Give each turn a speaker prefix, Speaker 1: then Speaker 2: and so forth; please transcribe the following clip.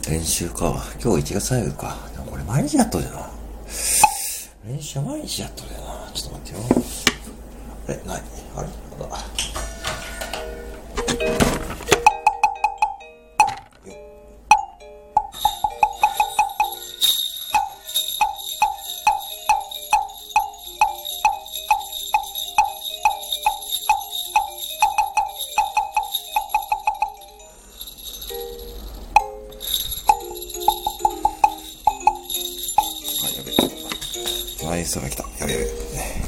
Speaker 1: 練習か。今日1月最後か。でもこれ毎日やっとるよな。練習は毎日やっとるよな。ちょっと待ってよ。あれない。あれまだ。ナイスが来た。やべやべ。